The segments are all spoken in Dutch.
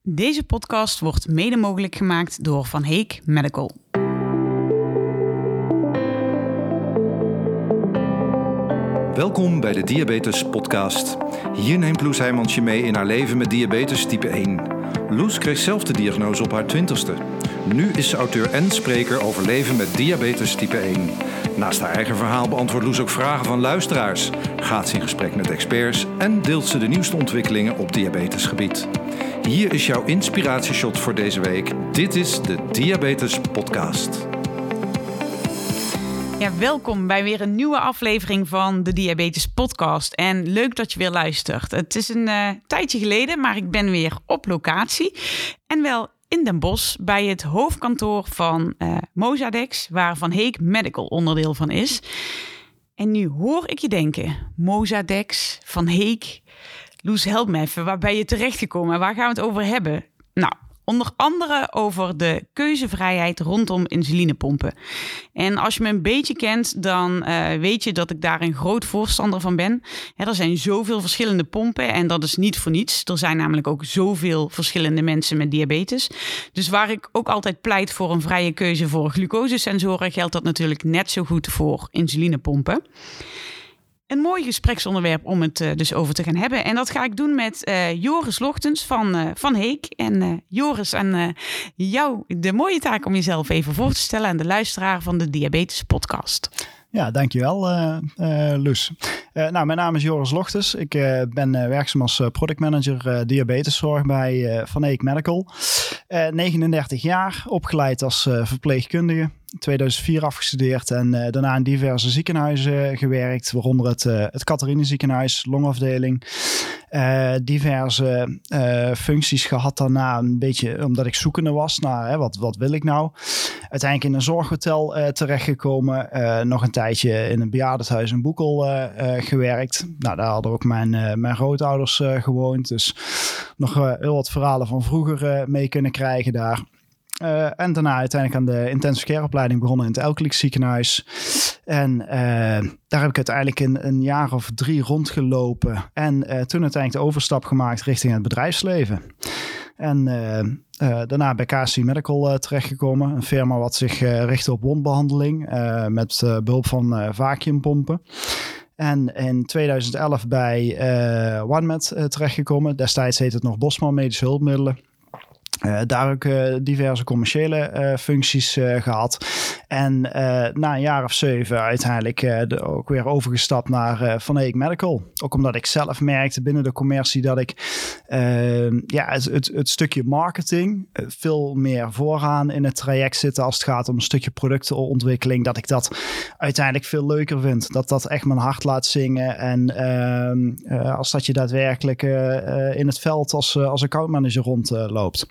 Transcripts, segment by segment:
Deze podcast wordt mede mogelijk gemaakt door Van Heek Medical. Welkom bij de Diabetes Podcast. Hier neemt Loes Heijmans je mee in haar leven met diabetes type 1. Loes kreeg zelf de diagnose op haar 20ste. Nu is ze auteur en spreker over leven met diabetes type 1. Naast haar eigen verhaal beantwoordt Loes ook vragen van luisteraars, gaat ze in gesprek met experts en deelt ze de nieuwste ontwikkelingen op diabetesgebied. Hier is jouw inspiratieshot voor deze week. Dit is de Diabetes Podcast. Ja, welkom bij weer een nieuwe aflevering van de Diabetes Podcast. En leuk dat je weer luistert. Het is een tijdje geleden, maar ik ben weer op locatie. En wel in Den Bosch bij het hoofdkantoor van Mozadex, waar Van Heek Medical onderdeel van is. En nu hoor ik je denken, Mozadex, Van Heek. Loes, help me even, waar ben je terechtgekomen? Waar gaan we het over hebben? Nou, onder andere over de keuzevrijheid rondom insulinepompen. En als je me een beetje kent, dan weet je dat ik daar een groot voorstander van ben. Er zijn zoveel verschillende pompen en dat is niet voor niets. Er zijn namelijk ook zoveel verschillende mensen met diabetes. Dus waar ik ook altijd pleit voor een vrije keuze voor glucosesensoren, geldt dat natuurlijk net zo goed voor insulinepompen. Een mooi gespreksonderwerp om het dus over te gaan hebben. En dat ga ik doen met Joris Lochtens van Heek. En Joris, aan jou de mooie taak om jezelf even voor te stellen aan de luisteraar van de Diabetes Podcast. Ja, dankjewel Loes. Mijn naam is Joris Lochtens. Ik ben werkzaam als productmanager diabeteszorg bij Van Heek Medical. 39 jaar, opgeleid als verpleegkundige. 2004 afgestudeerd en daarna in diverse ziekenhuizen gewerkt, waaronder het Catharine ziekenhuis, longafdeling. Diverse functies gehad daarna, een beetje omdat ik zoekende was naar wat wil ik nou. Uiteindelijk in een zorghotel terechtgekomen, nog een tijdje in een bejaardenhuis in Boekel gewerkt. Nou, daar hadden ook mijn grootouders gewoond, dus nog heel wat verhalen van vroeger mee kunnen krijgen daar. En daarna uiteindelijk aan de intensive care opleiding begonnen in het Elkelijk ziekenhuis. En daar heb ik uiteindelijk een jaar of 3 rondgelopen. En toen uiteindelijk de overstap gemaakt richting het bedrijfsleven. En daarna bij KSC Medical terechtgekomen. Een firma wat zich richtte op wondbehandeling met behulp van vacuumpompen. En in 2011 bij OneMed terechtgekomen. Destijds heette het nog Bosman Medische Hulpmiddelen. Daar ook diverse commerciële functies gehad. En na een jaar of 7 uiteindelijk ook weer overgestapt naar Van Heek Medical. Ook omdat ik zelf merkte binnen de commercie dat ik het stukje marketing veel meer vooraan in het traject zitten als het gaat om een stukje productontwikkeling. Dat ik dat uiteindelijk veel leuker vind. Dat echt mijn hart laat zingen. En als dat je daadwerkelijk in het veld als accountmanager rondloopt.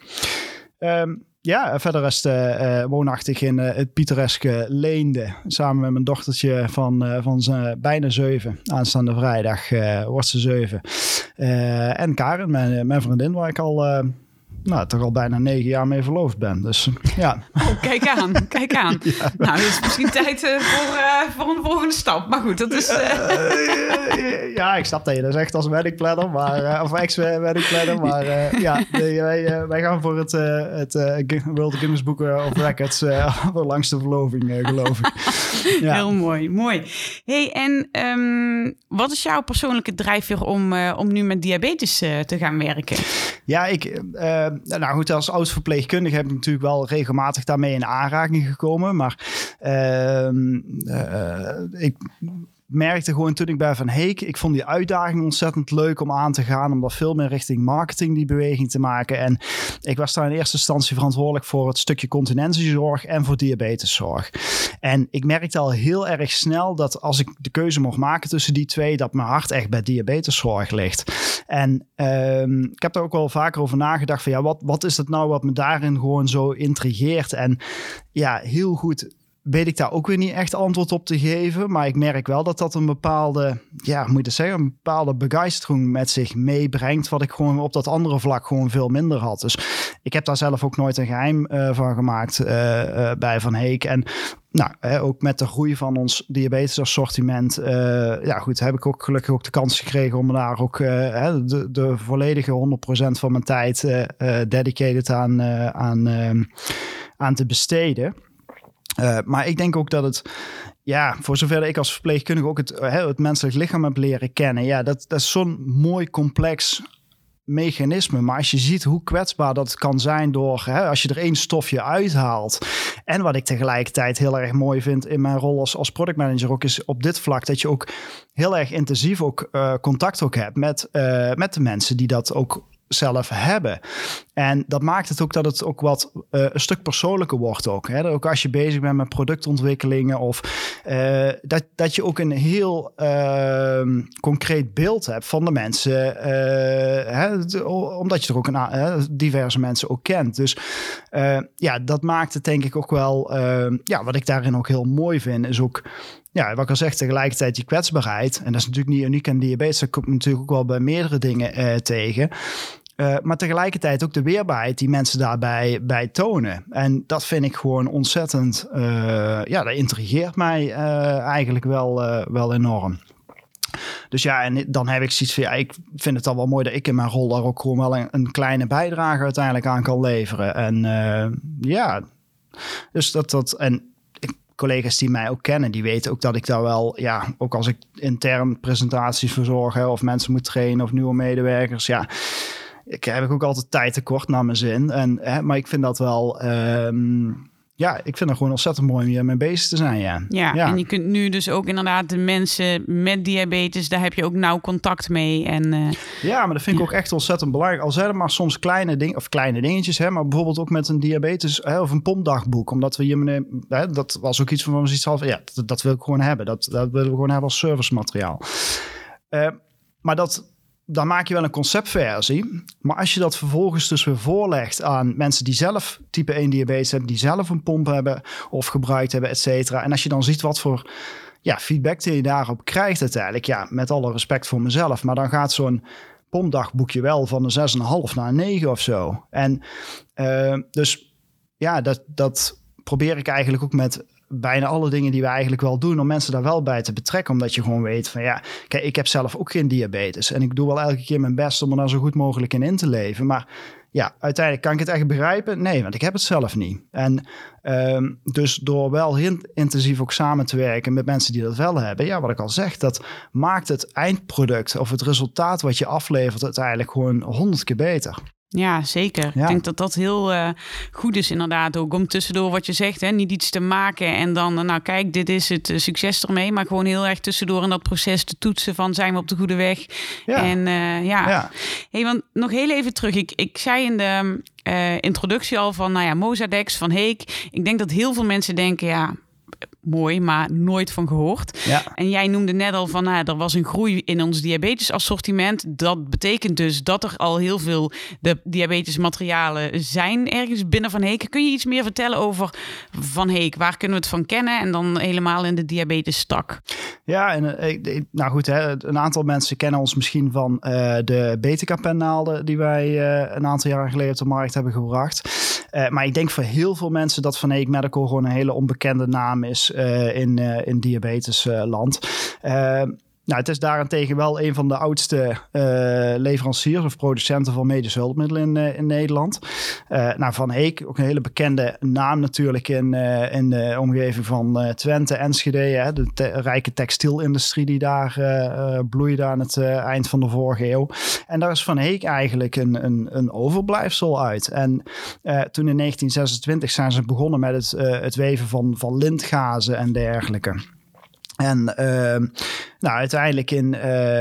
Verder is woonachtig in het pittoreske Leende. Samen met mijn dochtertje van bijna 7. Aanstaande vrijdag wordt ze 7. En Karen, mijn vriendin, waar ik toch al bijna 9 jaar mee verloofd ben. Dus ja. Oh, kijk aan. Ja. Nou, het is misschien tijd voor een volgende stap. Maar goed, dat is... Ja, ik snap dat je dat zegt als wedding planner, of ex-wedding planner. Maar wij gaan voor het World Guinness Book of Records voor langste verloving, geloof ik. Ja. Heel mooi. Hey, en wat is jouw persoonlijke drijfveer om nu met diabetes te gaan werken? Ja, als oud-verpleegkundige heb ik natuurlijk wel regelmatig daarmee in aanraking gekomen. Maar ik merkte gewoon toen ik bij Van Heek, ik vond die uitdaging ontzettend leuk om aan te gaan, om dat veel meer richting marketing die beweging te maken. En ik was daar in eerste instantie verantwoordelijk voor het stukje continentiezorg en voor diabeteszorg. En ik merkte al heel erg snel dat als ik de keuze mocht maken tussen die twee, dat mijn hart echt bij diabeteszorg ligt. En ik heb daar ook wel vaker over nagedacht van wat is het nou wat me daarin gewoon zo intrigeert? En ja, heel goed weet ik daar ook weer niet echt antwoord op te geven. Maar ik merk wel dat een bepaalde, een bepaalde begeistering met zich meebrengt. Wat ik gewoon op dat andere vlak gewoon veel minder had. Dus ik heb daar zelf ook nooit een geheim van gemaakt bij Van Heek. En ook met de groei van ons diabetes assortiment, heb ik ook gelukkig ook de kans gekregen om daar ook de volledige 100% van mijn tijd dedicated aan te besteden. Maar ik denk ook dat het, voor zover ik als verpleegkundige ook het menselijk lichaam heb leren kennen, dat is zo'n mooi complex mechanisme. Maar als je ziet hoe kwetsbaar dat kan zijn door, als je er één stofje uithaalt. En wat ik tegelijkertijd heel erg mooi vind in mijn rol als productmanager ook is op dit vlak, dat je ook heel erg intensief ook contact ook hebt met de mensen die dat ook zelf hebben. En dat maakt het ook dat het ook wat een stuk persoonlijker wordt ook. Hè? Ook als je bezig bent met productontwikkelingen of dat je ook een heel concreet beeld hebt van de mensen. Omdat je er ook diverse mensen ook kent. Dus dat maakt het denk ik ook wel. Wat ik daarin ook heel mooi vind is ook. Ja, wat ik al zeg, tegelijkertijd die kwetsbaarheid. En dat is natuurlijk niet uniek aan diabetes. Dat komt natuurlijk ook wel bij meerdere dingen tegen. Maar tegelijkertijd ook de weerbaarheid die mensen daarbij tonen. En dat vind ik gewoon ontzettend. Dat intrigeert mij eigenlijk wel enorm. Dus en dan heb ik zoiets van, ik vind het al wel mooi dat ik in mijn rol daar ook gewoon wel een kleine bijdrage uiteindelijk aan kan leveren. En dus dat en collega's die mij ook kennen, die weten ook dat ik daar wel, ook als ik intern presentaties verzorg of mensen moet trainen of nieuwe medewerkers, heb ik ook altijd tijd tekort naar mijn zin. Maar ik vind dat wel, ik vind het gewoon ontzettend mooi om hier mee bezig te zijn. Ja, en je kunt nu dus ook inderdaad de mensen met diabetes, daar heb je ook nauw contact mee. Maar dat vind ik ook echt ontzettend belangrijk. Al zijn er maar soms kleine dingetjes, maar bijvoorbeeld ook met een diabetes of een pompdagboek. Omdat we hier, dat was ook iets van zoiets van, dat wil ik gewoon hebben. Dat willen we gewoon hebben als servicemateriaal. Maar dan maak je wel een conceptversie. Maar als je dat vervolgens dus weer voorlegt aan mensen die zelf type 1 diabetes hebben, die zelf een pomp hebben of gebruikt hebben, et cetera. En als je dan ziet wat voor feedback die je daarop krijgt uiteindelijk, met alle respect voor mezelf, maar dan gaat zo'n pompdagboekje wel van een 6,5 naar een 9 of zo. En dat probeer ik eigenlijk ook met bijna alle dingen die we eigenlijk wel doen, om mensen daar wel bij te betrekken. Omdat je gewoon weet van kijk, ik heb zelf ook geen diabetes. En ik doe wel elke keer mijn best om er daar zo goed mogelijk in te leven. Maar uiteindelijk kan ik het echt begrijpen? Nee, want ik heb het zelf niet. En dus door wel heel intensief ook samen te werken met mensen die dat wel hebben. Wat ik al zeg, dat maakt het eindproduct of het resultaat wat je aflevert uiteindelijk gewoon 100 keer beter. Ja, zeker. Ik denk dat dat heel goed is inderdaad ook. Om tussendoor wat je zegt, niet iets te maken en dan, kijk, dit is het succes ermee. Maar gewoon heel erg tussendoor in dat proces te toetsen van, zijn we op de goede weg? Ja. En Hey, want nog heel even terug. Ik zei in de introductie al van, Mozadex, Van Heek. Ik denk dat heel veel mensen denken, mooi, maar nooit van gehoord. Ja. En jij noemde net al van, er was een groei in ons diabetesassortiment. Dat betekent dus dat er al heel veel de diabetesmaterialen zijn ergens binnen Van Heek. Kun je iets meer vertellen over Van Heek? Waar kunnen we het van kennen? En dan helemaal in de diabetesstak. Ja, en goed, een aantal mensen kennen ons misschien van de Betica-pennaalden die wij een aantal jaar geleden op de markt hebben gebracht. Maar ik denk voor heel veel mensen dat Van Heek Medical gewoon een hele onbekende naam is in diabetesland. Het is daarentegen wel een van de oudste leveranciers of producenten van medische hulpmiddelen in Nederland. Van Heek, ook een hele bekende naam natuurlijk in de omgeving van Twente, Enschede. De rijke textielindustrie die daar bloeide aan het eind van de vorige eeuw. En daar is Van Heek eigenlijk een overblijfsel uit. En toen in 1926 zijn ze begonnen met het weven van lintgazen en dergelijke. En uiteindelijk in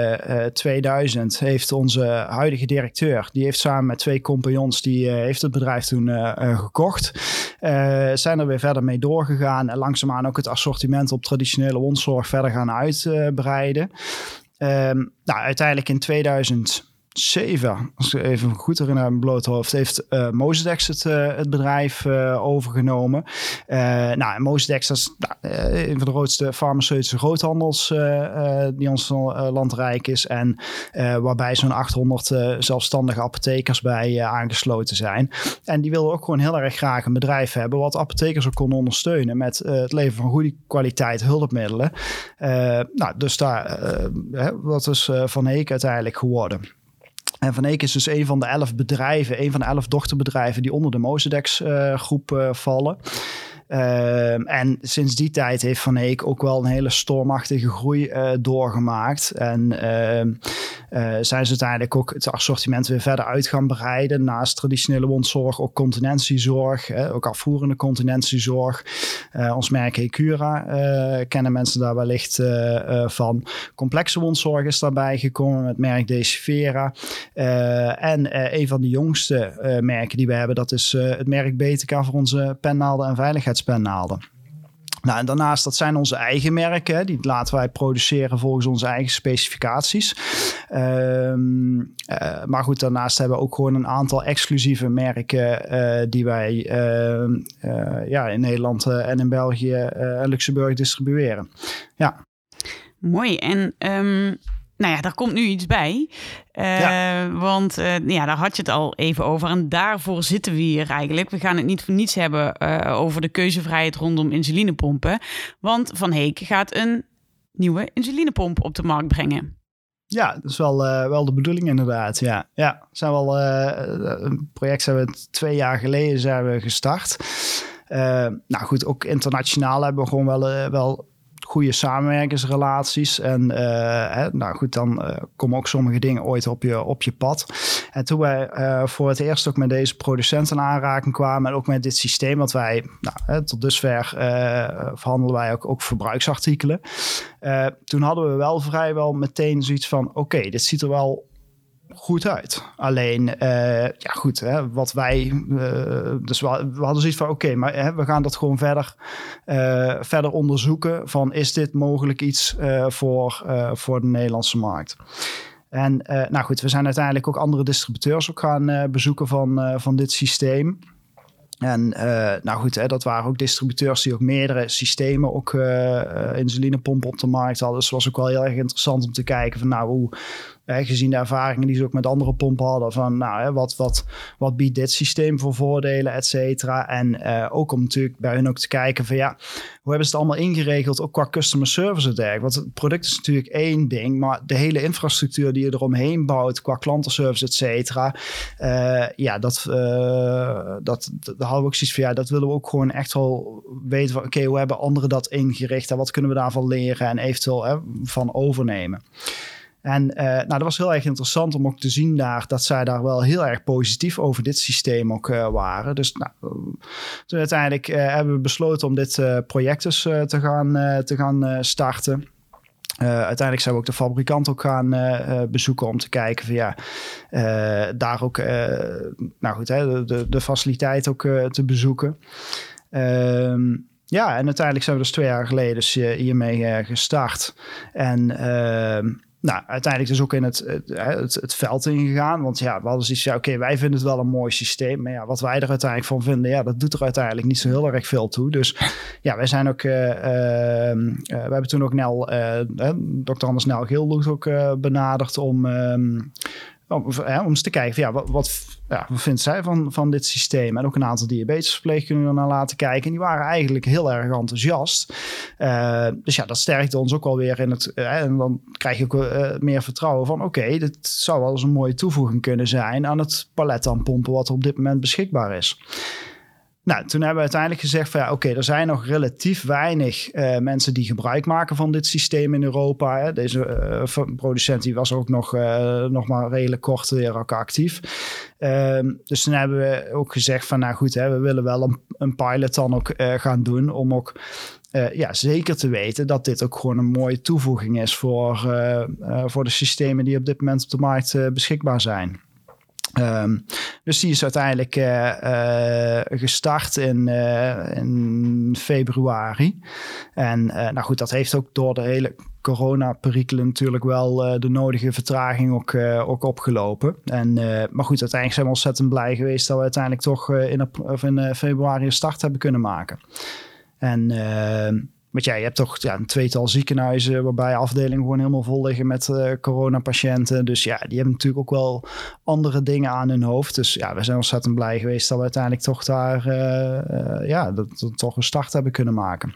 2000 heeft onze huidige directeur, die heeft samen met 2 compagnons, die heeft het bedrijf toen gekocht. Zijn er weer verder mee doorgegaan en langzaamaan ook het assortiment op traditionele wondzorg verder gaan uitbreiden. Uiteindelijk in 2007 2007, als ik even goed herinner aan mijn blote hoofd, heeft Mosedex het bedrijf overgenomen. Mosedex, dat is een van de grootste farmaceutische groothandels die ons land rijk is. En waarbij zo'n 800 zelfstandige apothekers bij aangesloten zijn. En die wilden ook gewoon heel erg graag een bedrijf hebben wat apothekers ook kon ondersteunen met het leveren van goede kwaliteit hulpmiddelen. Dus dat is Van Heek uiteindelijk geworden. En Van Heek is dus een van de 11 bedrijven, een van de 11 dochterbedrijven die onder de Mosedex groep vallen. En sinds die tijd heeft Van Heek ook wel een hele stormachtige groei doorgemaakt. En zijn ze uiteindelijk ook het assortiment weer verder uit gaan breiden. Naast traditionele wondzorg ook continentiezorg, ook afvoerende continentiezorg. Ons merk Hecura kennen mensen daar wellicht van. Complexe wondzorg is daarbij gekomen met merk Decifera. En een van de jongste merken die we hebben, dat is het merk Betica voor onze pennaalden en veiligheidspennnaalden. En daarnaast, dat zijn onze eigen merken. Die laten wij produceren volgens onze eigen specificaties. Maar goed, daarnaast hebben we ook gewoon een aantal exclusieve merken die wij in Nederland en in België en Luxemburg distribueren. Ja. Mooi. En daar komt nu iets bij. Want daar had je het al even over. En daarvoor zitten we hier eigenlijk. We gaan het niet voor niets hebben over de keuzevrijheid rondom insulinepompen. Want Van Heek gaat een nieuwe insulinepomp op de markt brengen. Ja, dat is wel de bedoeling inderdaad. Ja. Zijn wel een project zijn we 2 jaar geleden gestart. Ook internationaal hebben we gewoon wel goede samenwerkingsrelaties. En dan komen ook sommige dingen ooit op je pad. En toen wij voor het eerst ook met deze producenten in aanraking kwamen en ook met dit systeem, wat wij tot dusver verhandelen wij ook verbruiksartikelen. Toen hadden we wel vrijwel meteen zoiets van oké, dit ziet er wel goed uit. Alleen, wat wij... dus we hadden zoiets van, oké, maar we gaan dat gewoon verder onderzoeken van, is dit mogelijk iets voor de Nederlandse markt? En we zijn uiteindelijk ook andere distributeurs ook gaan bezoeken van dit systeem. En dat waren ook distributeurs die ook meerdere systemen, ook insulinepompen op de markt hadden. Dus het was ook wel heel erg interessant om te kijken van hoe, gezien de ervaringen die ze ook met andere pompen hadden, van wat biedt dit systeem voor voordelen, et cetera. En ook om natuurlijk bij hun ook te kijken van hoe hebben ze het allemaal ingeregeld, ook qua customer service en dergelijke. Want het product is natuurlijk één ding, maar de hele infrastructuur die je eromheen bouwt, qua klantenservice, et cetera. Daar hadden we ook zoiets van, dat willen we ook gewoon echt wel weten van, oké, hoe hebben anderen dat ingericht en wat kunnen we daarvan leren en eventueel van overnemen. En dat was heel erg interessant om ook te zien dat zij daar wel heel erg positief over dit systeem ook waren. Dus toen uiteindelijk hebben we besloten om dit project dus te gaan starten. Uiteindelijk zijn we ook de fabrikant ook gaan bezoeken om te kijken van daar ook de faciliteit ook te bezoeken. En uiteindelijk zijn we dus 2 jaar geleden dus hiermee gestart. En uiteindelijk dus ook in het veld ingegaan. Want we hadden zoiets van, oké, wij vinden het wel een mooi systeem. Maar wat wij er uiteindelijk van vinden, dat doet er uiteindelijk niet zo heel erg veel toe. Dus wij zijn ook... we hebben toen ook Dr. Anders Nel Geelloed ook benaderd om eens te kijken van wat vindt zij van dit systeem. En ook een aantal diabetesverpleegkundigen naar laten kijken. En die waren eigenlijk heel erg enthousiast. Dus dat sterkte ons ook wel weer in het... en dan krijg je ook meer vertrouwen van oké, dit zou wel eens een mooie toevoeging kunnen zijn aan het palet aan pompen wat er op dit moment beschikbaar is. Toen hebben we uiteindelijk gezegd van er zijn nog relatief weinig mensen die gebruik maken van dit systeem in Europa. Deze producent die was ook nog maar redelijk kort weer ook actief. Dus toen hebben we ook gezegd van we willen wel een pilot dan ook gaan doen om ook zeker te weten dat dit ook gewoon een mooie toevoeging is voor de systemen die op dit moment op de markt beschikbaar zijn. Dus die is uiteindelijk gestart in februari. En dat heeft ook door de hele coronaperikelen natuurlijk wel de nodige vertraging ook opgelopen. Maar goed, uiteindelijk zijn we ontzettend blij geweest dat we uiteindelijk toch in februari een start hebben kunnen maken. Want je hebt toch een tweetal ziekenhuizen waarbij afdelingen gewoon helemaal vol liggen met coronapatiënten. Dus ja, die hebben natuurlijk ook wel andere dingen aan hun hoofd. Dus ja, we zijn ontzettend blij geweest dat we uiteindelijk toch daar toch een start hebben kunnen maken.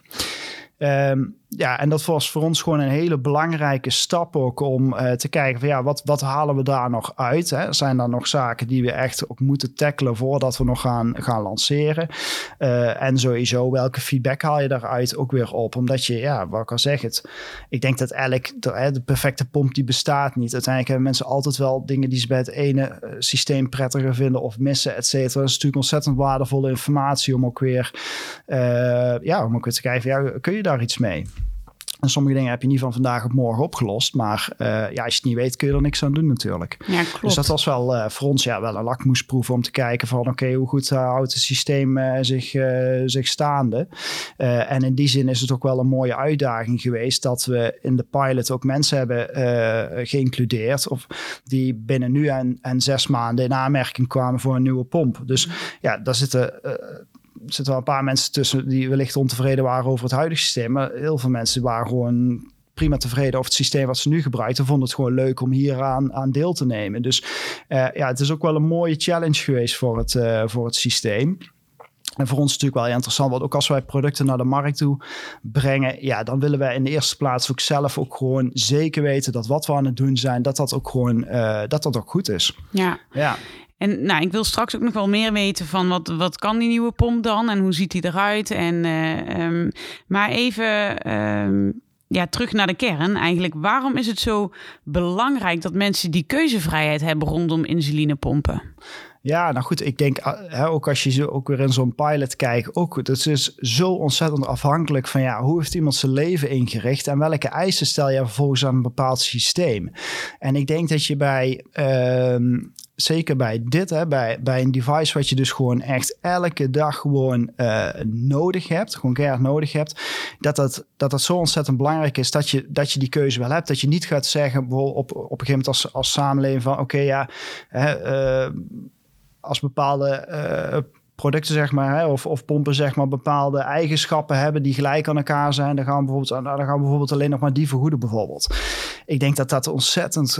En dat was voor ons gewoon een hele belangrijke stap ook om te kijken van wat halen we daar nog uit? Hè? Zijn er nog zaken die we echt ook moeten tackelen voordat we nog gaan lanceren? En sowieso, welke feedback haal je daaruit ook weer op? Omdat je, wat ik al zeg, ik denk dat eigenlijk de perfecte pomp die bestaat niet. Uiteindelijk hebben mensen altijd wel dingen die ze bij het ene systeem prettiger vinden of missen, et cetera. Dat is natuurlijk ontzettend waardevolle informatie om ook weer te kijken, kun je daar iets mee? En sommige dingen heb je niet van vandaag op morgen opgelost. Maar als je het niet weet, kun je er niks aan doen natuurlijk. Ja, klopt. Dus dat was wel voor ons wel een lakmoesproef om te kijken van hoe goed houdt het systeem zich staande. En in die zin is het ook wel een mooie uitdaging geweest dat we in de pilot ook mensen hebben geïncludeerd. Of die binnen nu en 6 maanden in aanmerking kwamen voor een nieuwe pomp. Dus daar zitten wel een paar mensen tussen die wellicht ontevreden waren over het huidige systeem. Maar heel veel mensen waren gewoon prima tevreden over het systeem wat ze nu gebruikten. Vonden het gewoon leuk om hier aan deel te nemen. Dus het is ook wel een mooie challenge geweest voor het systeem. En voor ons natuurlijk wel interessant, want ook als wij producten naar de markt toe brengen, dan willen wij in de eerste plaats ook zelf ook gewoon zeker weten dat wat we aan het doen zijn, dat ook gewoon dat ook goed is. Ja. En ik wil straks ook nog wel meer weten van wat kan die nieuwe pomp dan en hoe ziet die eruit? Maar even terug naar de kern eigenlijk. Waarom is het zo belangrijk dat mensen die keuzevrijheid hebben rondom insulinepompen? Ja, nou goed, ik denk ook als je ook weer in zo'n pilot kijkt, ook goed, het is zo ontzettend afhankelijk van hoe heeft iemand zijn leven ingericht en welke eisen stel je vervolgens aan een bepaald systeem. En ik denk dat je bij zeker bij dit, bij een device wat je dus gewoon echt elke dag gewoon nodig hebt, gewoon keihard nodig hebt, dat zo ontzettend belangrijk is dat je die keuze wel hebt. Dat je niet gaat zeggen bijvoorbeeld op een gegeven moment als samenleving van als bepaalde producten zeg maar of pompen zeg maar bepaalde eigenschappen hebben die gelijk aan elkaar zijn, dan gaan we bijvoorbeeld alleen nog maar die vergoeden bijvoorbeeld. Ik denk dat ontzettend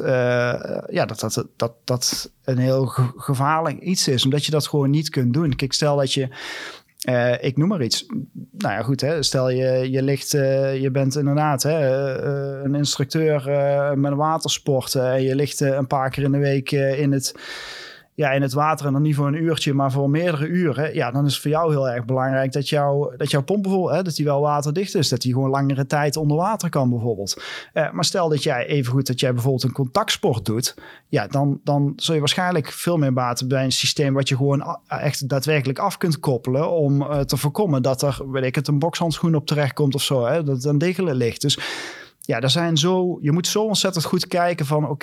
dat een heel gevaarlijk iets is, omdat je dat gewoon niet kunt doen. Kijk, stel dat je ik noem maar iets. Nou ja, goed. Stel je bent inderdaad een instructeur met een watersport. En je ligt een paar keer in de week in het water en dan niet voor een uurtje, maar voor meerdere uren. Ja, dan is het voor jou heel erg belangrijk dat jouw pomp bijvoorbeeld, dat die wel waterdicht is. Dat die gewoon langere tijd onder water kan bijvoorbeeld. Maar stel dat jij bijvoorbeeld een contactsport doet. Ja, dan zul je waarschijnlijk veel meer baten bij een systeem wat je gewoon echt daadwerkelijk af kunt koppelen om te voorkomen dat er, een bokshandschoen op terecht komt of zo. Dat het aan diggelen ligt. Dus ja, je moet zo ontzettend goed kijken van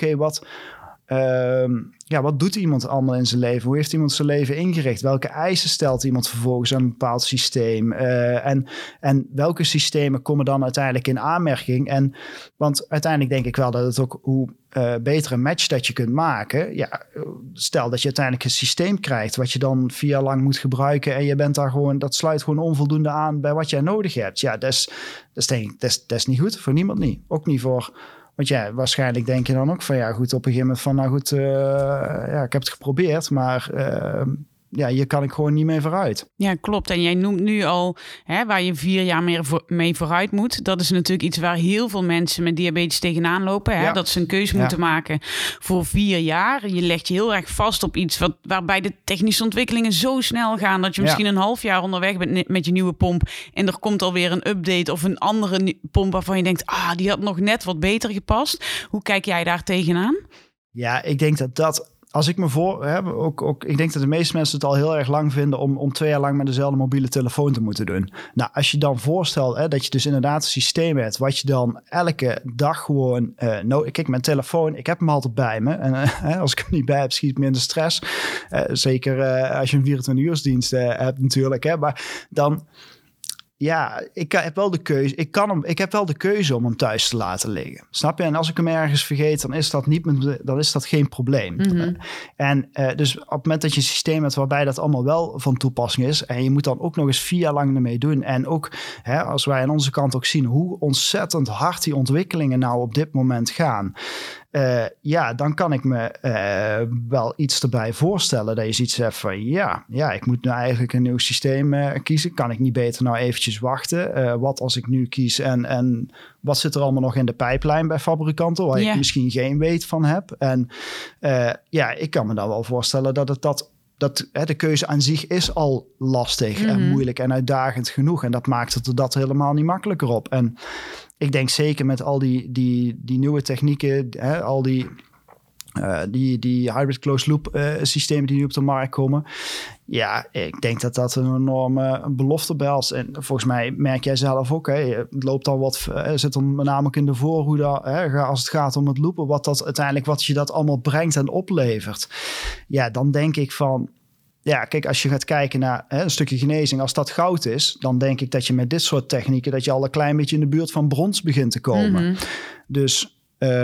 wat doet iemand allemaal in zijn leven? Hoe heeft iemand zijn leven ingericht? Welke eisen stelt iemand vervolgens aan een bepaald systeem? En welke systemen komen dan uiteindelijk in aanmerking? Want uiteindelijk denk ik wel dat het ook hoe betere match dat je kunt maken. Ja, stel dat je uiteindelijk een systeem krijgt wat je dan 4 jaar lang moet gebruiken en je bent daar gewoon, dat sluit gewoon onvoldoende aan bij wat jij nodig hebt. Ja, dat is niet goed. Voor niemand niet. Ook niet voor. Want waarschijnlijk denk je dan ook van op een gegeven moment van ik heb het geprobeerd, maar hier kan ik gewoon niet mee vooruit. Ja, klopt. En jij noemt nu al waar je 4 jaar mee vooruit moet. Dat is natuurlijk iets waar heel veel mensen met diabetes tegenaan lopen. Ja. Dat ze een keuze moeten maken voor 4 jaar. Je legt je heel erg vast op iets waarbij de technische ontwikkelingen zo snel gaan dat je misschien een half jaar onderweg bent met je nieuwe pomp. En er komt alweer een update of een andere pomp waarvan je denkt, die had nog net wat beter gepast. Hoe kijk jij daar tegenaan? Ja, ik denk dat als ik me ik denk dat de meeste mensen het al heel erg lang vinden om 2 jaar lang met dezelfde mobiele telefoon te moeten doen. Nou, als je dan voorstelt dat je dus inderdaad een systeem hebt wat je dan elke dag gewoon kijk, mijn telefoon, ik heb hem altijd bij me. En als ik hem niet bij heb, schiet me in de stress. Zeker als je een 24-uursdienst hebt natuurlijk. Maar dan ik heb wel de keuze. Ik heb wel de keuze om hem thuis te laten liggen. Snap je? En als ik hem ergens vergeet, dan is dat geen probleem. Mm-hmm. En dus op het moment dat je een systeem hebt waarbij dat allemaal wel van toepassing is, en je moet dan ook nog eens 4 jaar lang ermee doen. En ook als wij aan onze kant ook zien hoe ontzettend hard die ontwikkelingen nou op dit moment gaan. Dan kan ik me wel iets erbij voorstellen dat je zoiets hebt van ik moet nou eigenlijk een nieuw systeem kiezen. Kan ik niet beter nou eventjes wachten? Wat als ik nu kies en wat zit er allemaal nog in de pijplijn bij fabrikanten waar ik misschien geen weet van heb? En ik kan me dan wel voorstellen dat de keuze aan zich is al lastig en moeilijk en uitdagend genoeg. En dat maakt het dat helemaal niet makkelijker op. En ik denk zeker met al die nieuwe technieken, al die hybrid closed loop systemen die nu op de markt komen. Ja, ik denk dat een enorme belofte behelst. En volgens mij merk jij zelf ook, het loopt al zit er met name ook in de voorhoede, als het gaat om het loopen, wat je dat allemaal brengt en oplevert. Ja, dan denk ik van, kijk, als je gaat kijken naar een stukje genezing, als dat goud is, dan denk ik dat je met dit soort technieken, dat je al een klein beetje in de buurt van brons begint te komen. Mm-hmm. Dus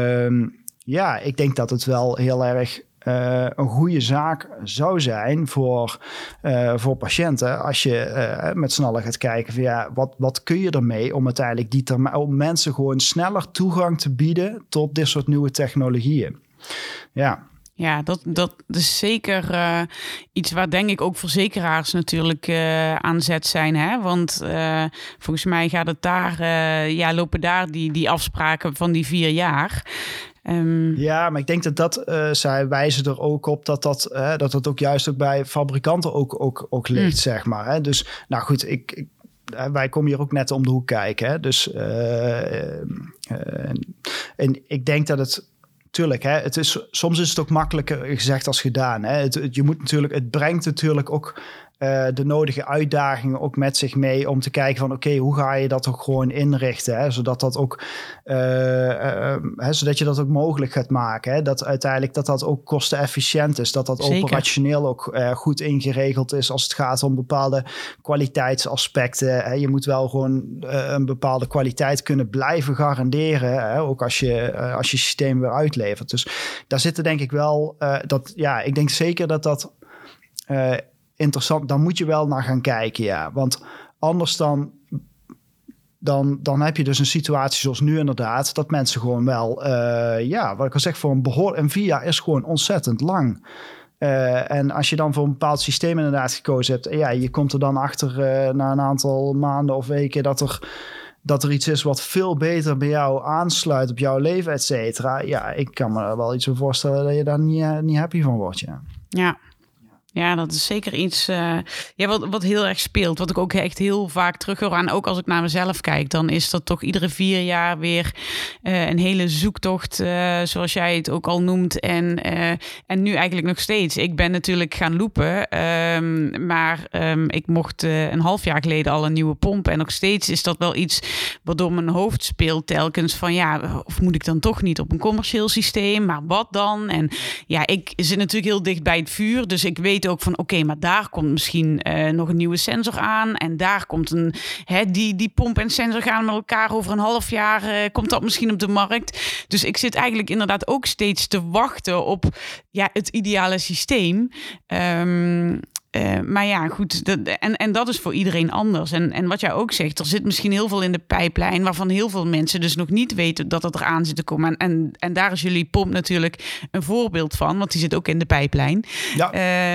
ik denk dat het wel heel erg een goede zaak zou zijn voor patiënten als je met z'n allen gaat kijken van wat kun je ermee om uiteindelijk om mensen gewoon sneller toegang te bieden tot dit soort nieuwe technologieën. Ja. Ja, dat is zeker iets waar denk ik ook verzekeraars natuurlijk aan zet zijn. Hè? Want volgens mij gaat het daar, lopen daar die afspraken van die 4 jaar. Ja, maar ik denk dat zij wijzen er ook op dat ook juist ook bij fabrikanten ook ligt, zeg maar. Hè? Dus, nou goed, wij komen hier ook net om de hoek kijken. Hè? Dus en ik denk dat het... Tuurlijk, soms is het ook makkelijker gezegd als gedaan. Hè? Het brengt natuurlijk ook de nodige uitdagingen ook met zich mee om te kijken van oké, hoe ga je dat ook gewoon inrichten, hè? Zodat je dat ook mogelijk gaat maken. Hè? Dat uiteindelijk dat ook kostenefficiënt is, dat Zeker. Operationeel ook goed ingeregeld is als het gaat om bepaalde kwaliteitsaspecten. Hè? Je moet wel gewoon een bepaalde kwaliteit kunnen blijven garanderen, hè? Ook als je systeem weer uitlevert. Dus daar zitten denk ik wel ik denk zeker dat interessant, dan moet je wel naar gaan kijken, ja. Want anders dan heb je dus een situatie zoals nu inderdaad, dat mensen gewoon wel, wat ik al zeg, voor een 4 jaar is gewoon ontzettend lang. En als je dan voor een bepaald systeem inderdaad gekozen hebt, je komt er dan achter na een aantal maanden of weken dat er iets is wat veel beter bij jou aansluit op jouw leven, et cetera. Ja, ik kan me er wel iets voor voorstellen dat je daar niet happy van wordt, ja. Ja, dat is zeker iets wat heel erg speelt. Wat ik ook echt heel vaak terughoor. En ook als ik naar mezelf kijk, dan is dat toch iedere 4 jaar weer een hele zoektocht. Zoals jij het ook al noemt. En nu eigenlijk nog steeds. Ik ben natuurlijk gaan loopen. Maar ik mocht een half jaar geleden al een nieuwe pomp. En nog steeds is dat wel iets wat door mijn hoofd speelt telkens. Van of moet ik dan toch niet op een commercieel systeem? Maar wat dan? En ik zit natuurlijk heel dicht bij het vuur. Dus ik weet ook van oké, maar daar komt misschien nog een nieuwe sensor aan en daar komt die pomp en sensor gaan met elkaar over een half jaar komt dat misschien op de markt. Dus ik zit eigenlijk inderdaad ook steeds te wachten op het ideale systeem. Maar goed, dat is voor iedereen anders. En wat jij ook zegt, er zit misschien heel veel in de pijplijn waarvan heel veel mensen dus nog niet weten dat het eraan zit te komen. En daar is jullie pomp natuurlijk een voorbeeld van, want die zit ook in de pijplijn. Ja.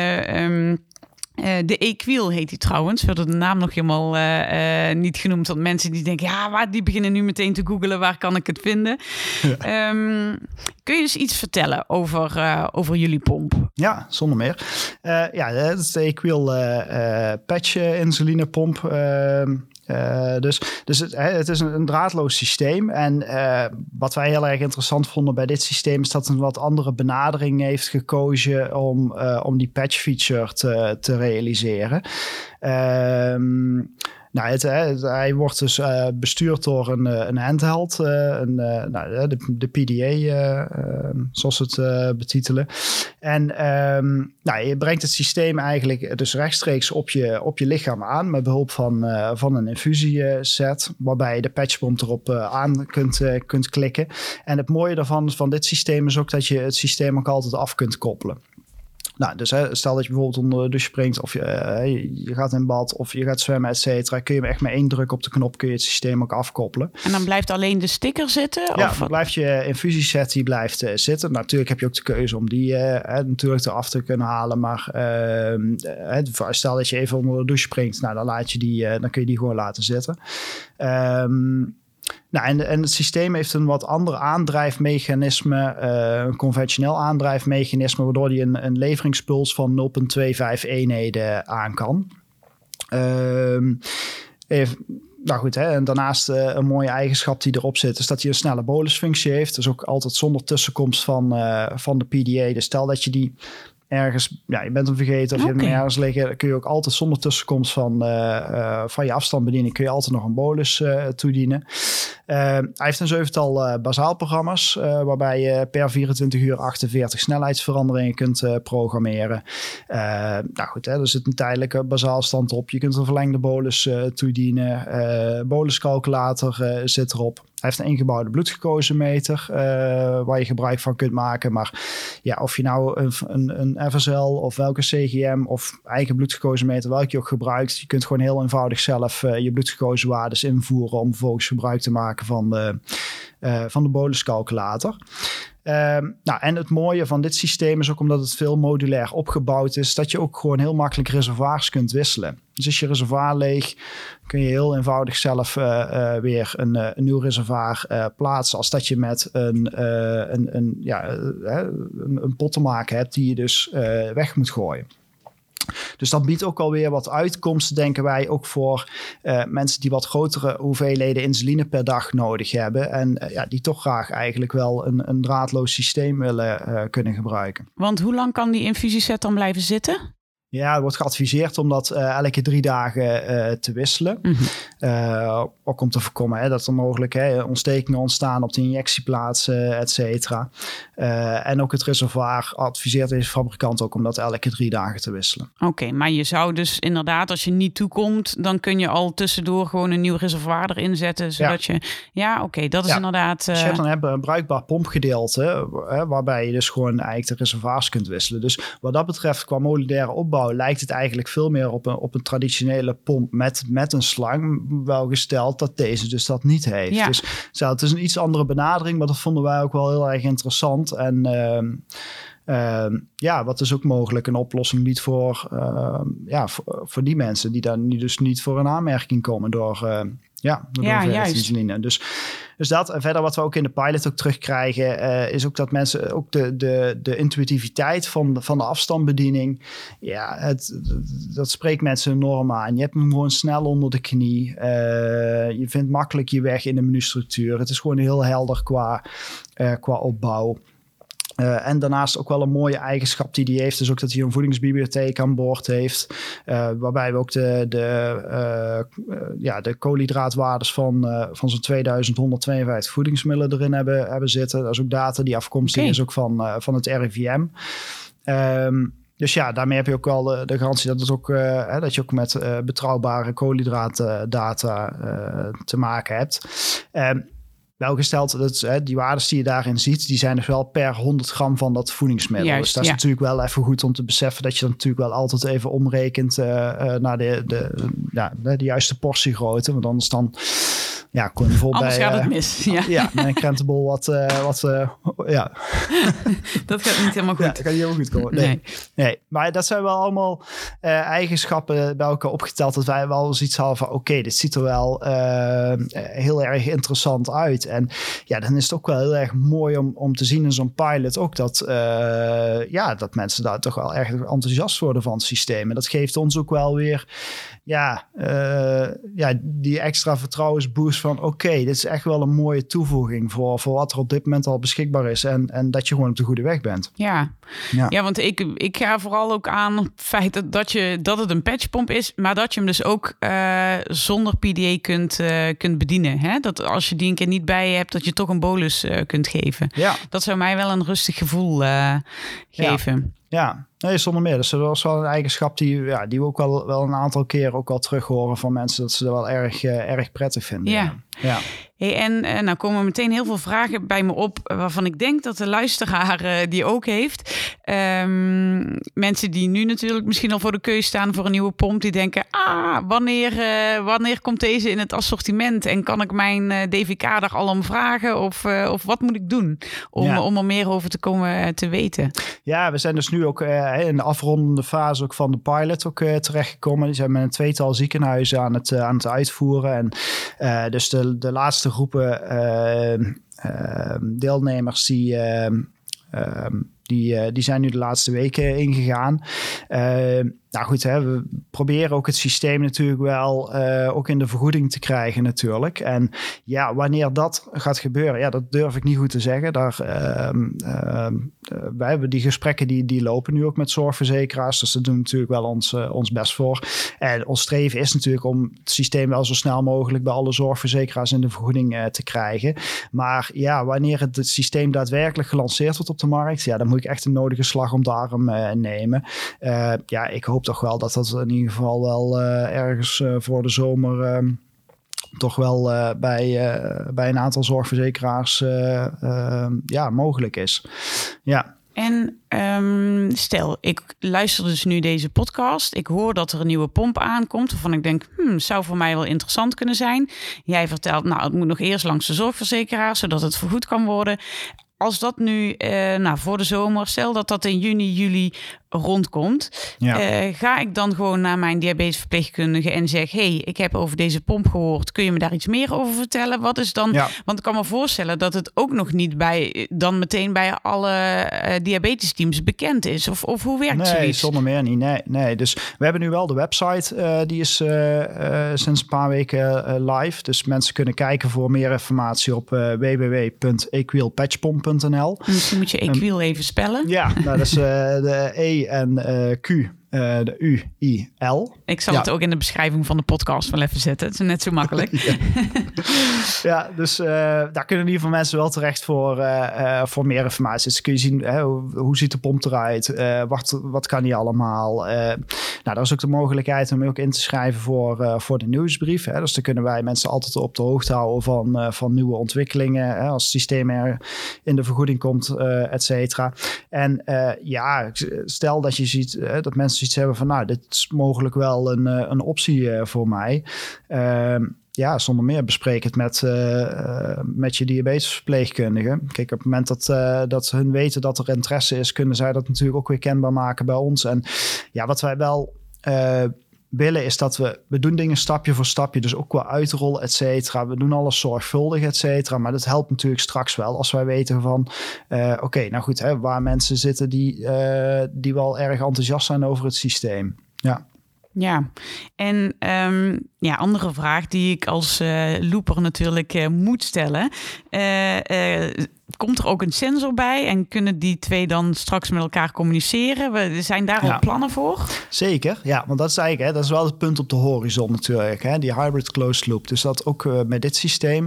De Equil heet die trouwens. We hadden de naam nog helemaal niet genoemd. Want mensen die denken, die beginnen nu meteen te googelen. Waar kan ik het vinden? Ja. Kun je dus iets vertellen over jullie pomp? Ja, zonder meer. Dat is de Equil patch insulinepomp. Dus het is een draadloos systeem. En wat wij heel erg interessant vonden bij dit systeem is dat een wat andere benadering heeft gekozen om die patch feature te realiseren. Nou, hij wordt dus bestuurd door een handheld, de PDA, zoals ze het betitelen. En je brengt het systeem eigenlijk dus rechtstreeks op je lichaam aan met behulp van een infusieset, waarbij je de patchpomp erop aan kunt klikken. En het mooie daarvan van dit systeem is ook dat je het systeem ook altijd af kunt koppelen. Nou, dus stel dat je bijvoorbeeld onder de douche springt of je gaat in bad of je gaat zwemmen, et cetera. Kun je echt met 1 druk op de knop kun je het systeem ook afkoppelen. En dan blijft alleen de sticker zitten? Ja, dan blijft je infusieset die blijft zitten. Natuurlijk heb je ook de keuze om die natuurlijk eraf te kunnen halen. Maar stel dat je even onder de douche springt, nou, dan kun je die gewoon laten zitten. En het systeem heeft een wat ander aandrijfmechanisme, een conventioneel aandrijfmechanisme, waardoor die een leveringspuls van 0,25 eenheden aan kan. En daarnaast een mooie eigenschap die erop zit, is dat hij een snelle bolusfunctie heeft. Dus ook altijd zonder tussenkomst van de PDA. Dus stel dat je die ergens, je bent hem vergeten of je hebt hem ergens liggen, dan kun je ook altijd zonder tussenkomst van je afstandsbediening kun je altijd nog een bolus toedienen. Hij heeft een 7-tal basaalprogramma's waarbij je per 24 uur 48 snelheidsveranderingen kunt programmeren. Er zit een tijdelijke basaalstand op. Je kunt een verlengde bolus toedienen. Boluscalculator zit erop. Hij heeft een ingebouwde bloedglucosemeter waar je gebruik van kunt maken. Maar ja, of je nou een FSL of welke CGM of eigen bloedglucosemeter, welke je ook gebruikt, je kunt gewoon heel eenvoudig zelf je bloedglucosewaardes invoeren om vervolgens gebruik te maken van de boluscalculator. En het mooie van dit systeem is ook omdat het veel modulair opgebouwd is, dat je ook gewoon heel makkelijk reservoirs kunt wisselen. Dus is je reservoir leeg, kun je heel eenvoudig zelf weer een nieuw reservoir plaatsen, als dat je met een pot te maken hebt die je dus weg moet gooien. Dus dat biedt ook alweer wat uitkomsten, denken wij, ook voor mensen die wat grotere hoeveelheden insuline per dag nodig hebben. En die toch graag eigenlijk wel een draadloos systeem willen kunnen gebruiken. Want hoe lang kan die infusieset dan blijven zitten? Ja, er wordt geadviseerd om dat elke 3 dagen te wisselen. Mm-hmm. Ook om te voorkomen dat er mogelijk ontstekingen ontstaan op de injectieplaatsen, et cetera. En ook het reservoir adviseert deze fabrikant ook om dat elke 3 dagen te wisselen. Oké, maar je zou dus inderdaad, als je niet toekomt, dan kun je al tussendoor gewoon een nieuw reservoir erin zetten. Zodat je... Ja, oké, dat is inderdaad... Dus je hebt dan een bruikbaar pompgedeelte, waarbij je dus gewoon eigenlijk de reservoirs kunt wisselen. Dus wat dat betreft, qua modulaire opbouw, lijkt het eigenlijk veel meer op een traditionele pomp met een slang, wel gesteld dat deze dus dat niet heeft. Ja. Dus het is een iets andere benadering, maar dat vonden wij ook wel heel erg interessant. En wat is ook mogelijk een oplossing biedt voor die mensen die daar dus niet voor een aanmerking komen door insuline. Dus dat. En verder wat we ook in de pilot ook terugkrijgen, is ook dat mensen ook de intuïtiviteit van de afstandsbediening, dat spreekt mensen enorm aan. Je hebt hem gewoon snel onder de knie. Je vindt makkelijk je weg in de menustructuur. Het is gewoon heel helder qua opbouw. En daarnaast ook wel een mooie eigenschap die heeft, is ook dat hij een voedingsbibliotheek aan boord heeft, waarbij we ook de koolhydraatwaardes van zo'n 2152 voedingsmiddelen erin hebben zitten. Dat is ook data die afkomstig is ook van het RIVM. Dus daarmee heb je ook wel de garantie dat het ook dat je ook met betrouwbare koolhydraatdata te maken hebt. Welgesteld, die waarden die je daarin ziet, die zijn dus wel per 100 gram van dat voedingsmiddel. Juist, dus dat is natuurlijk wel even goed om te beseffen dat je dan natuurlijk wel altijd even omrekent naar de juiste portiegrootte. Want anders dan kon je bijvoorbeeld anders gaat het mis. Met een krentenbol wat dat gaat niet helemaal goed. Dat gaat niet helemaal goed komen. Nee. Maar dat zijn wel allemaal eigenschappen bij elkaar opgeteld, dat wij wel eens iets hadden van dit ziet er wel heel erg interessant uit. En dan is het ook wel heel erg mooi om te zien in zo'n pilot ook dat mensen daar toch wel erg enthousiast worden van het systeem. En dat geeft ons ook wel weer die extra vertrouwensboost van oké, dit is echt wel een mooie toevoeging voor wat er op dit moment al beschikbaar is. En dat je gewoon op de goede weg bent. Ja, want ik ga vooral ook aan op het feit dat het een patchpomp is, maar dat je hem dus ook zonder PDA kunt bedienen. Hè? Dat als je die een keer niet bij je hebt, dat je toch een bolus kunt geven. Ja. Dat zou mij wel een rustig gevoel geven. Ja, nee, zonder meer. Dus dat was wel een eigenschap die we ook wel een aantal keer ook al terug horen van mensen, dat ze dat wel erg prettig vinden. Ja. Hey, en nou komen meteen heel veel vragen bij me op waarvan ik denk dat de luisteraar die ook heeft. Mensen die nu natuurlijk misschien al voor de keus staan voor een nieuwe pomp, die denken, wanneer komt deze in het assortiment? En kan ik mijn DVK daar al om vragen? Of wat moet ik doen om er meer over te komen te weten? Ja, we zijn dus nu ook in de afrondende fase ook van de pilot ook terechtgekomen. Die zijn met een 2-tal ziekenhuizen aan het uitvoeren. En dus de laatste groepen deelnemers die zijn nu de laatste weken ingegaan. Nou goed, we proberen ook het systeem natuurlijk wel ook in de vergoeding te krijgen natuurlijk. En wanneer dat gaat gebeuren, dat durf ik niet goed te zeggen. Wij hebben die gesprekken die lopen nu ook met zorgverzekeraars. Dus daar doen we natuurlijk wel ons best voor. En ons streven is natuurlijk om het systeem wel zo snel mogelijk bij alle zorgverzekeraars in de vergoeding te krijgen. Maar wanneer het systeem daadwerkelijk gelanceerd wordt op de markt, dan moet ik echt een nodige slag om de arm nemen. Ik hoop toch wel dat in ieder geval wel ergens voor de zomer toch wel bij een aantal zorgverzekeraars mogelijk is. Ja. En stel, ik luister dus nu deze podcast. Ik hoor dat er een nieuwe pomp aankomt, waarvan ik denk, zou voor mij wel interessant kunnen zijn. Jij vertelt, het moet nog eerst langs de zorgverzekeraar, zodat het vergoed kan worden. Als dat nu voor de zomer, stel dat in juni, juli rondkomt, ga ik dan gewoon naar mijn diabetesverpleegkundige en zeg, ik heb over deze pomp gehoord, kun je me daar iets meer over vertellen? Wat is dan, want ik kan me voorstellen dat het ook nog niet meteen bij alle diabetesteams bekend is, of hoe werkt zoiets? Nee, zonder meer niet. Nee. Dus we hebben nu wel de website, die is sinds een paar weken live, dus mensen kunnen kijken voor meer informatie op www.equilpatchpomp.nl. Misschien moet je Equil even spellen. Ja, dat is de E en Q, de U-I-L. Ik zal het ook in de beschrijving van de podcast wel even zetten. Het is net zo makkelijk. Dus daar kunnen in ieder geval mensen wel terecht voor meer informatie. Dus kun je zien, hoe ziet de pomp eruit? Wat kan die allemaal? Er is ook de mogelijkheid om je ook in te schrijven voor de nieuwsbrief. Dus dan kunnen wij mensen altijd op de hoogte houden van nieuwe ontwikkelingen. Als het systeem er in de vergoeding komt, et cetera. En stel dat je ziet dat mensen iets hebben van, dit is mogelijk wel een optie voor mij. Zonder meer bespreek het met je diabetesverpleegkundige. Kijk, op het moment dat hun weten dat er interesse is, kunnen zij dat natuurlijk ook weer kenbaar maken bij ons. En wat wij wel willen is dat we doen dingen stapje voor stapje, dus ook qua uitrollen, et cetera. We doen alles zorgvuldig, et cetera. Maar dat helpt natuurlijk straks wel als wij weten van, waar mensen zitten die wel erg enthousiast zijn over het systeem. Ja. Ja, en andere vraag die ik als looper natuurlijk moet stellen. Komt er ook een sensor bij en kunnen die twee dan straks met elkaar communiceren? Zijn daar al plannen voor? Zeker, want dat is eigenlijk dat is wel het punt op de horizon natuurlijk. Die hybrid closed loop. Dus dat ook met dit systeem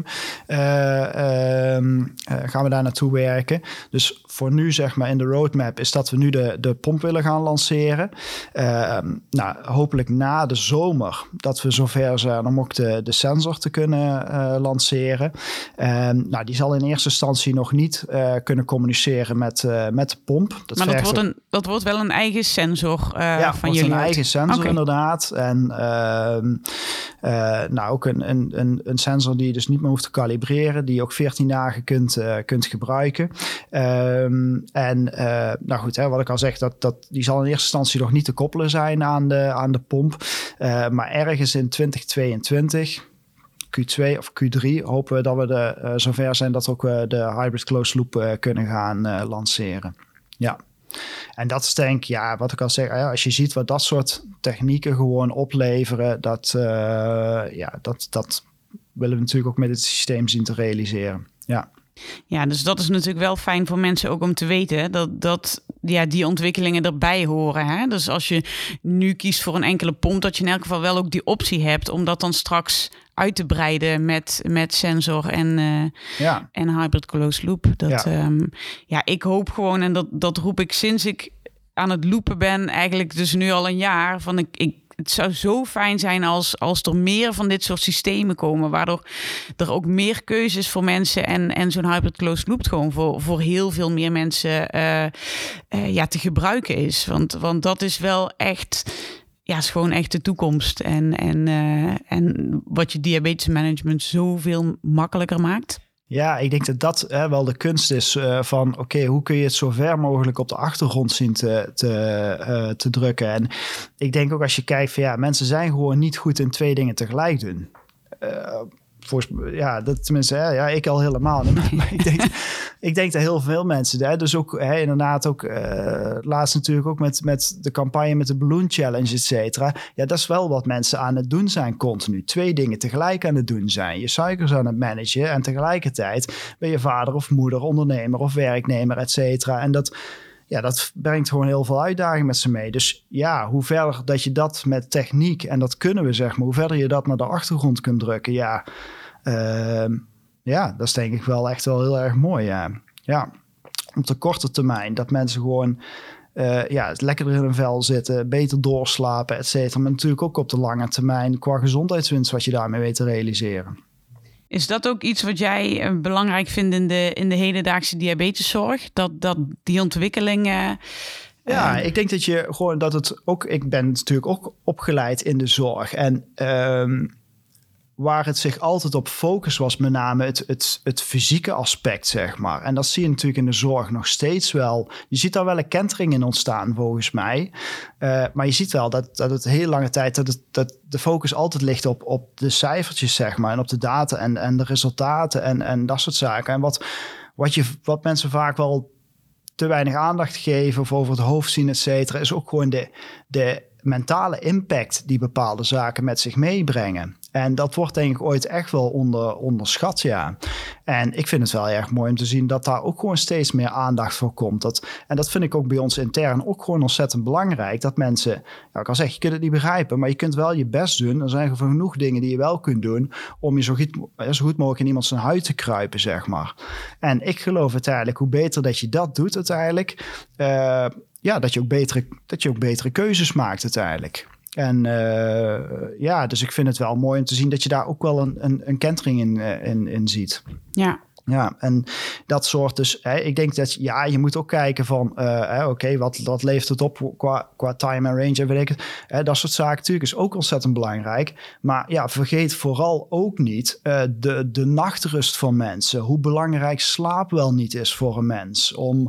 gaan we daar naartoe werken. Dus voor nu zeg maar in de roadmap is dat we nu de pomp willen gaan lanceren. Hopelijk na de zomer dat we zover zijn om ook de sensor te kunnen lanceren. Die zal in eerste instantie nog niet kunnen communiceren met de pomp. Dat wordt wel een eigen sensor van jullie? Ja, een eigen sensor inderdaad. En ook een sensor die je dus niet meer hoeft te kalibreren, die je ook 14 dagen kunt gebruiken. Wat ik al zeg, die zal in eerste instantie nog niet te koppelen zijn aan de pomp. Maar ergens in 2022... Q2 of Q3 hopen we dat we zover zijn dat we ook de hybrid closed loop kunnen gaan lanceren. Ja. En dat is denk ik, wat ik al zeg, als je ziet wat dat soort technieken gewoon opleveren, dat willen we natuurlijk ook met het systeem zien te realiseren. Ja. Ja, dus dat is natuurlijk wel fijn voor mensen ook om te weten dat die ontwikkelingen erbij horen. Hè? Dus als je nu kiest voor een enkele pomp, dat je in elk geval wel ook die optie hebt om dat dan straks uit te breiden met sensor en hybrid closed loop. Ik hoop gewoon, en dat roep ik sinds ik aan het loopen ben, eigenlijk dus nu al een jaar, van het zou zo fijn zijn als er meer van dit soort systemen komen, waardoor er ook meer keuzes voor mensen en zo'n hybrid closed loop gewoon voor heel veel meer mensen te gebruiken is. Want dat is wel echt, is gewoon echt de toekomst. En wat je diabetesmanagement zoveel makkelijker maakt. Ja, ik denk dat wel de kunst is van hoe kun je het zo ver mogelijk op de achtergrond zien te drukken. En ik denk ook als je kijkt van mensen zijn gewoon niet goed in 2 dingen tegelijk doen. Ik al helemaal niet. Maar ik denk dat heel veel mensen, dus ook inderdaad ook laatst natuurlijk ook met de campagne met de Balloon Challenge, et cetera. Ja, dat is wel wat mensen aan het doen zijn continu. 2 dingen tegelijk aan het doen zijn. Je suikers aan het managen en tegelijkertijd ben je vader of moeder, ondernemer of werknemer, et cetera. En dat brengt gewoon heel veel uitdagingen met ze mee. Dus hoe verder dat je dat met techniek, en dat kunnen we zeg maar, hoe verder je dat naar de achtergrond kunt drukken, dat is denk ik wel echt wel heel erg mooi, ja. Op de korte termijn, dat mensen gewoon lekkerder in hun vel zitten, beter doorslapen, et cetera. Maar natuurlijk ook op de lange termijn qua gezondheidswinst wat je daarmee weet te realiseren. Is dat ook iets wat jij belangrijk vindt in de hedendaagse diabeteszorg? Dat die ontwikkelingen... Ja, ik denk dat je gewoon dat het ook... Ik ben natuurlijk ook opgeleid in de zorg. En waar het zich altijd op focus was, met name het fysieke aspect, zeg maar. En dat zie je natuurlijk in de zorg nog steeds wel. Je ziet daar wel een kentering in ontstaan, volgens mij. Maar je ziet wel dat het heel lange tijd, dat de focus altijd ligt op de cijfertjes, zeg maar. En op de data en de resultaten en dat soort zaken. En wat mensen vaak wel te weinig aandacht geven of over het hoofd zien, et cetera, is ook gewoon de mentale impact die bepaalde zaken met zich meebrengen. En dat wordt denk ik ooit echt wel onderschat, ja. En ik vind het wel erg mooi om te zien dat daar ook gewoon steeds meer aandacht voor komt. En dat vind ik ook bij ons intern ook gewoon ontzettend belangrijk. Dat mensen, ik kan zeggen, je kunt het niet begrijpen, maar je kunt wel je best doen. Er zijn genoeg dingen die je wel kunt doen om je zo goed mogelijk in iemand zijn huid te kruipen, zeg maar. En ik geloof uiteindelijk, hoe beter dat je dat doet uiteindelijk, dat je ook betere keuzes maakt uiteindelijk. En dus ik vind het wel mooi om te zien dat je daar ook wel een kentering in ziet. Ja. Ja, en dat soort dus... ik denk dat je moet ook kijken van... wat levert het op qua time en range en weet ik het. Dat soort zaken natuurlijk is ook ontzettend belangrijk. Maar vergeet vooral ook niet de nachtrust van mensen. Hoe belangrijk slaap wel niet is voor een mens. Om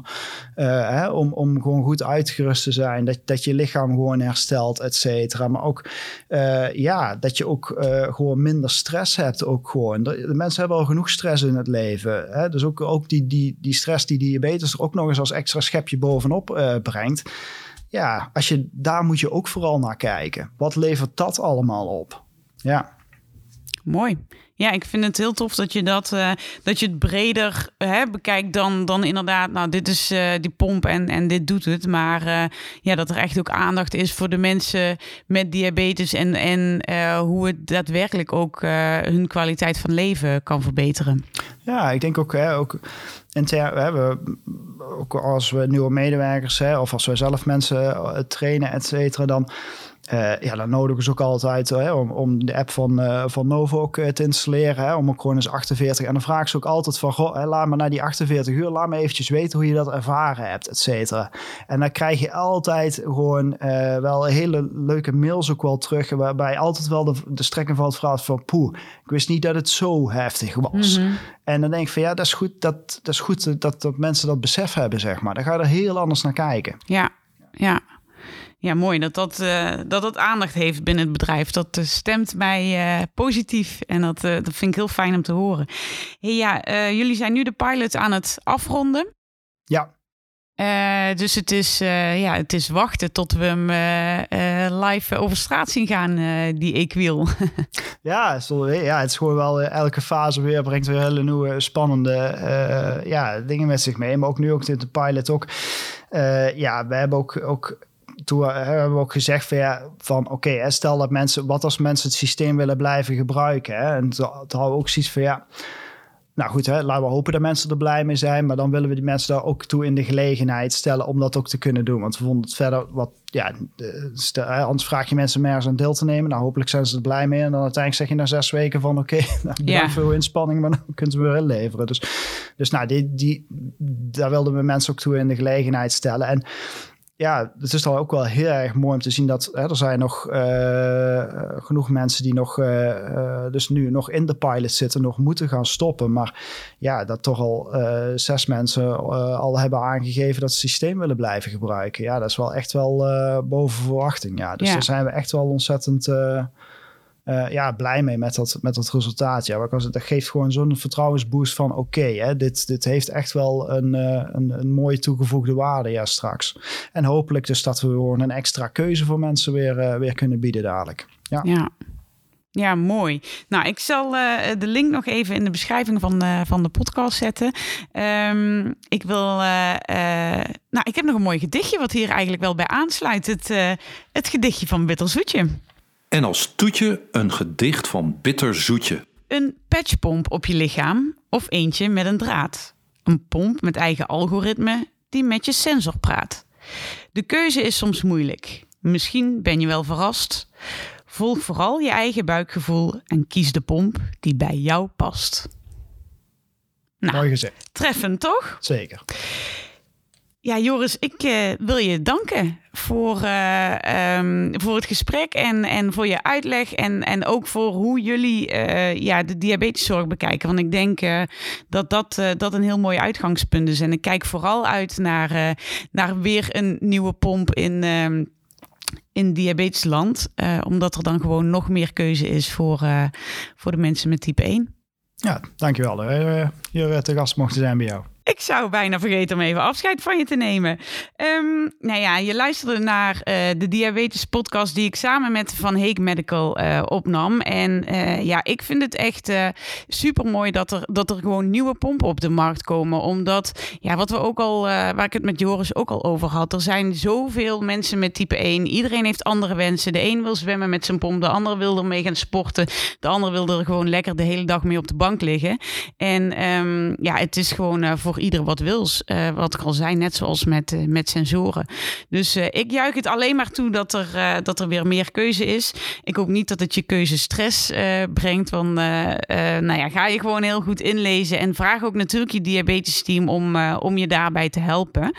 gewoon goed uitgerust te zijn. Dat je lichaam gewoon herstelt, et cetera. Maar ook dat je ook gewoon minder stress hebt. Ook gewoon. De mensen hebben al genoeg stress in het leven. Dus ook die stress die diabetes er ook nog eens als extra schepje bovenop brengt. Ja, daar moet je ook vooral naar kijken. Wat levert dat allemaal op? Ja. Mooi. Ja, ik vind het heel tof dat je dat je het breder bekijkt dan inderdaad, nou, dit is die pomp en dit doet het. Maar dat er echt ook aandacht is voor de mensen met diabetes en hoe het daadwerkelijk ook hun kwaliteit van leven kan verbeteren. Ja, ik denk ook intern, ook als we nieuwe medewerkers of als wij zelf mensen trainen, et cetera, dan nodigen ze ook altijd om de app van Novo ook te installeren. Om ook gewoon eens 48. En dan vragen ze ook altijd van, laat me na die 48 uur, laat me eventjes weten hoe je dat ervaren hebt, et cetera. En dan krijg je altijd gewoon wel hele leuke mails ook wel terug, waarbij altijd wel de strekking van het verhaal van, ik wist niet dat het zo heftig was. Mm-hmm. En dan denk ik van, dat is goed, dat is goed dat mensen dat besef hebben, zeg maar. Dan ga je er heel anders naar kijken. Ja, mooi dat aandacht heeft binnen het bedrijf. Dat stemt mij positief en dat vind ik heel fijn om te horen. Jullie zijn nu de pilot aan het afronden. Ja. Dus het is wachten tot we hem live over straat zien gaan, die Equiel. Ja, het is gewoon wel elke fase weer brengt weer hele nieuwe spannende dingen met zich mee. Maar ook nu ook de pilot ook. We hebben ook toen hebben we ook gezegd van oké, stel dat wat als mensen het systeem willen blijven gebruiken. Hè? En toen hadden we ook zoiets van nou goed, laten we hopen dat mensen er blij mee zijn. Maar dan willen we die mensen daar ook toe in de gelegenheid stellen om dat ook te kunnen doen. Want we vonden het verder anders vraag je mensen om ergens aan deel te nemen. Nou, hopelijk zijn ze er blij mee. En dan uiteindelijk zeg je na 6 weken van oké, bedankt voor uw inspanning, maar dan kunt u weer inleveren. Dus nou, daar wilden we mensen ook toe in de gelegenheid stellen. En ja, het is dan ook wel heel erg mooi om te zien dat er zijn nog genoeg mensen die nog dus nu nog in de pilot zitten, nog moeten gaan stoppen. Maar ja, dat toch al 6 mensen al hebben aangegeven dat ze het systeem willen blijven gebruiken. Ja, dat is wel echt wel boven verwachting. Ja, dus daar zijn we echt wel ontzettend blij mee met dat resultaat. Ja, dat geeft gewoon zo'n vertrouwensboost van oké, dit heeft echt wel een mooie toegevoegde waarde straks. En hopelijk dus dat we gewoon een extra keuze voor mensen weer kunnen bieden dadelijk. Ja, mooi. Nou, ik zal de link nog even in de beschrijving van de podcast zetten. Ik heb nog een mooi gedichtje wat hier eigenlijk wel bij aansluit. Het gedichtje van Bitterzoetje. En als toetje een gedicht van Bitterzoetje. Een patchpomp op je lichaam of eentje met een draad. Een pomp met eigen algoritme die met je sensor praat. De keuze is soms moeilijk. Misschien ben je wel verrast. Volg vooral je eigen buikgevoel en kies de pomp die bij jou past. Nou, mooi gezegd. Treffend, toch? Zeker. Ja, Joris, ik wil je danken voor het gesprek en voor je uitleg en ook voor hoe jullie de diabeteszorg bekijken. Want ik denk dat een heel mooi uitgangspunt is. En ik kijk vooral uit naar weer een nieuwe pomp in diabetesland. Omdat er dan gewoon nog meer keuze is voor de mensen met type 1. Ja, dankjewel dat we hier te gast mochten zijn bij jou. Ik zou bijna vergeten om even afscheid van je te nemen. Je luisterde naar de Diabetes podcast die ik samen met Van Heek Medical opnam. En ik vind het echt super mooi dat er gewoon nieuwe pompen op de markt komen. Omdat, wat we ook al, waar ik het met Joris ook al over had, er zijn zoveel mensen met type 1. Iedereen heeft andere wensen. De een wil zwemmen met zijn pomp, de ander wil ermee gaan sporten. De ander wil er gewoon lekker de hele dag mee op de bank liggen. En het is gewoon voor ieder wat wils. Wat ik al zei, net zoals met sensoren. Dus ik juich het alleen maar toe dat er weer meer keuze is. Ik hoop niet dat het je keuzestress brengt. Want ga je gewoon heel goed inlezen. En vraag ook natuurlijk je diabetesteam om je daarbij te helpen.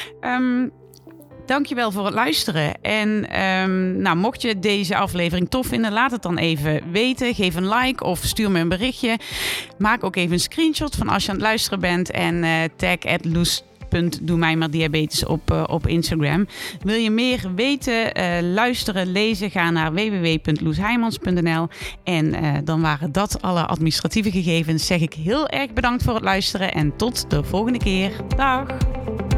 Dankjewel voor het luisteren. En mocht je deze aflevering tof vinden, laat het dan even weten. Geef een like of stuur me een berichtje. Maak ook even een screenshot van als je aan het luisteren bent. En tag @loes.doemijmaardiabetes op Instagram. Wil je meer weten, luisteren, lezen? Ga naar www.loesheijmans.nl. En dan waren dat alle administratieve gegevens. Zeg ik heel erg bedankt voor het luisteren en tot de volgende keer. Dag!